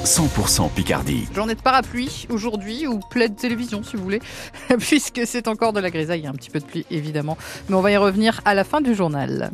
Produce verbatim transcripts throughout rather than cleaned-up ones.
cent pour cent Picardie. Journée de parapluie aujourd'hui, ou plaid télévision si vous voulez, puisque c'est encore de la grisaille, il y a un petit peu de pluie évidemment, mais on va y revenir à la fin du journal.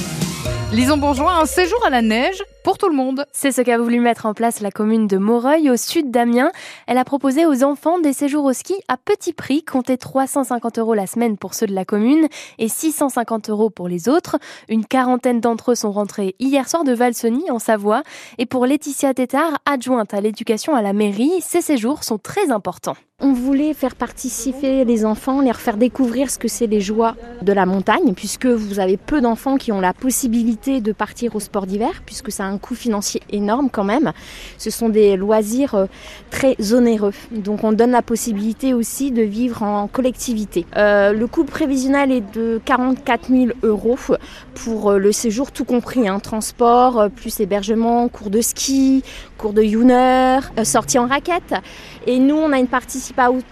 Lison Bourgeois, un séjour à la neige pour tout le monde. C'est ce qu'a voulu mettre en place la commune de Moreuil, au sud d'Amiens. Elle a proposé aux enfants des séjours au ski à petit prix, comptez trois cent cinquante euros la semaine pour ceux de la commune et six cent cinquante euros pour les autres. Une quarantaine d'entre eux sont rentrés hier soir de Valseny, en Savoie. Et pour Laetitia Tétard, adjointe à l'éducation à la mairie, ces séjours sont très importants. On voulait faire participer les enfants, les faire découvrir ce que c'est les joies de la montagne, puisque vous avez peu d'enfants qui ont la possibilité de partir au sport d'hiver, puisque ça a un coût financier énorme quand même. Ce sont des loisirs très onéreux, donc on donne la possibilité aussi de vivre en collectivité. Euh, le coût prévisionnel est de quarante-quatre mille euros pour le séjour tout compris, hein, transport, plus hébergement, cours de ski, cours de Youner, euh, sortie en raquette. Et nous, on a une participation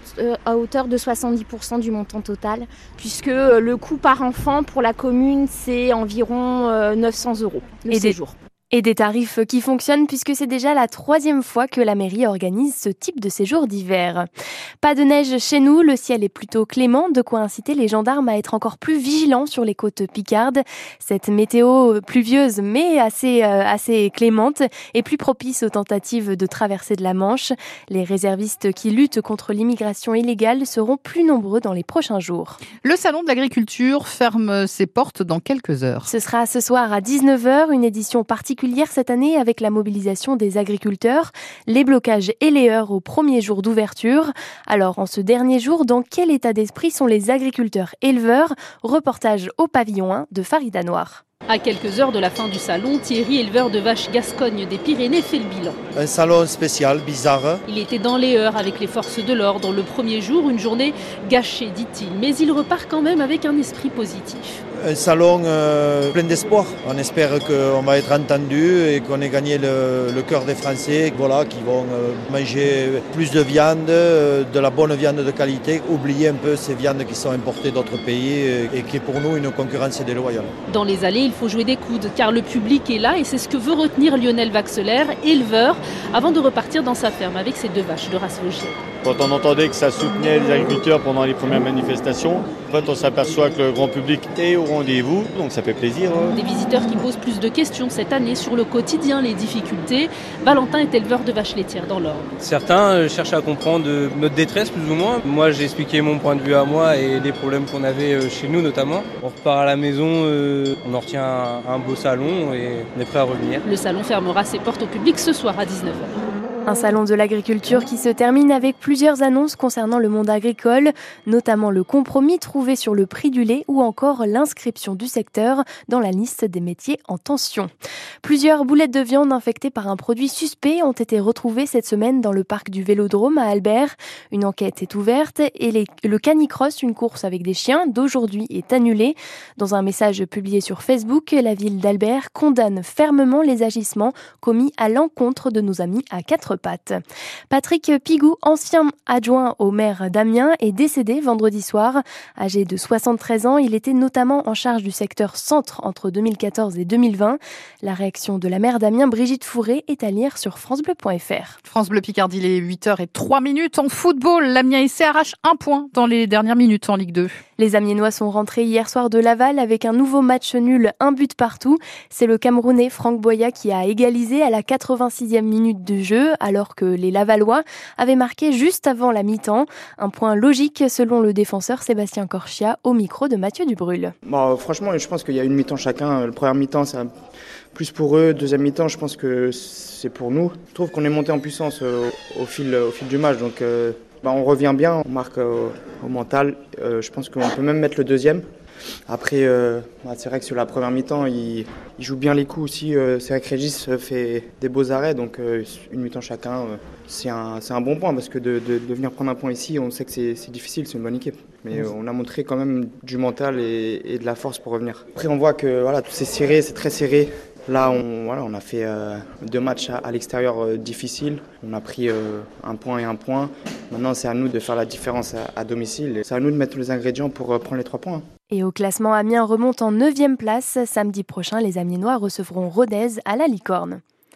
à hauteur de soixante-dix pour cent du montant total, puisque le coût par enfant pour la commune, c'est environ neuf cents euros le et séjour. Des... Et des tarifs qui fonctionnent puisque c'est déjà la troisième fois que la mairie organise ce type de séjour d'hiver. Pas de neige chez nous, le ciel est plutôt clément, de quoi inciter les gendarmes à être encore plus vigilants sur les côtes picardes. Cette météo pluvieuse mais assez, euh, assez clémente est plus propice aux tentatives de traversée de la Manche. Les réservistes qui luttent contre l'immigration illégale seront plus nombreux dans les prochains jours. Le salon de l'agriculture ferme ses portes dans quelques heures. Ce sera ce soir à dix-neuf heures, une édition particulière cette année avec la mobilisation des agriculteurs, les blocages et les heurts au premier jour d'ouverture. Alors, en ce dernier jour, dans quel état d'esprit sont les agriculteurs éleveurs ? Reportage au pavillon un de Farida Noir. À quelques heures de la fin du salon, Thierry, éleveur de vaches Gascogne des Pyrénées, fait le bilan. Un salon spécial, bizarre. Il était dans les heurts avec les forces de l'ordre. Le premier jour, une journée gâchée, dit-il. Mais il repart quand même avec un esprit positif. Un salon euh, plein d'espoir. On espère qu'on va être entendu et qu'on ait gagné le, le cœur des Français, voilà, qui vont euh, manger plus de viande, euh, de la bonne viande de qualité, oublier un peu ces viandes qui sont importées d'autres pays et, et qui est pour nous une concurrence déloyale. Dans les allées, il faut jouer des coudes car le public est là et c'est ce que veut retenir Lionel Vaxelaire, éleveur, avant de repartir dans sa ferme avec ses deux vaches de race vosgienne. Quand on entendait que ça soutenait les agriculteurs pendant les premières manifestations, en fait on s'aperçoit que le grand public est au rendez-vous, donc ça fait plaisir. Hein. Des visiteurs qui posent plus de questions cette année sur le quotidien, les difficultés. Valentin est éleveur de vaches laitières dans l'Orne. Certains cherchent à comprendre notre détresse plus ou moins. Moi j'ai expliqué mon point de vue à moi et les problèmes qu'on avait chez nous notamment. On repart à la maison, on en retient un, un beau salon et on est prêt à revenir. Le salon fermera ses portes au public ce soir à dix-neuf heures. Un salon de l'agriculture qui se termine avec plusieurs annonces concernant le monde agricole, notamment le compromis trouvé sur le prix du lait ou encore l'inscription du secteur dans la liste des métiers en tension. Plusieurs boulettes de viande infectées par un produit suspect ont été retrouvées cette semaine dans le parc du Vélodrome à Albert. Une enquête est ouverte et les, le canicross, une course avec des chiens, d'aujourd'hui est annulée. Dans un message publié sur Facebook, la ville d'Albert condamne fermement les agissements commis à l'encontre de nos amis à quatre pattes. Patrick Pigou, ancien adjoint au maire d'Amiens, est décédé vendredi soir. Âgé de soixante-treize ans, il était notamment en charge du secteur centre entre deux mille quatorze et deux mille vingt. La réaction de la maire d'Amiens, Brigitte Fourré, est à lire sur francebleu point f r. France Bleu Picardie, il est huit heures zéro trois minutes en football. L'Amiens S C arrache un point dans les dernières minutes en Ligue deux. Les Amiénois sont rentrés hier soir de Laval avec un nouveau match nul, un but partout. C'est le Camerounais Franck Boya qui a égalisé à la quatre-vingt-sixième minute de jeu, alors que les Lavallois avaient marqué juste avant la mi-temps. Un point logique selon le défenseur Sébastien Corchia au micro de Mathieu Dubrul. Bon, franchement, je pense qu'il y a une mi-temps chacun. Le premier mi-temps, c'est plus pour eux. Deuxième mi-temps, je pense que c'est pour nous. Je trouve qu'on est monté en puissance au, au, fil, au fil du match. Donc, euh, bah, on revient bien, on marque euh, au mental. Euh, je pense qu'on peut même mettre le deuxième. Après, euh, bah, c'est vrai que sur la première mi-temps, il, il joue bien les coups aussi. Euh, c'est vrai que Régis fait des beaux arrêts, donc euh, une mi-temps chacun, euh, c'est, un, c'est un bon point parce que de, de, de venir prendre un point ici, on sait que c'est, c'est difficile, c'est une bonne équipe. Mais euh, on a montré quand même du mental et, et de la force pour revenir. Après, on voit que voilà, tout c'est serré, c'est très serré. Là, on, voilà, on a fait euh, deux matchs à, à l'extérieur euh, difficiles. On a pris euh, un point et un point. Maintenant, c'est à nous de faire la différence à, à domicile. C'est à nous de mettre les ingrédients pour euh, prendre les trois points. Et au classement, Amiens remonte en neuvième place. Samedi prochain, les Amiénois recevront Rodez à la Licorne.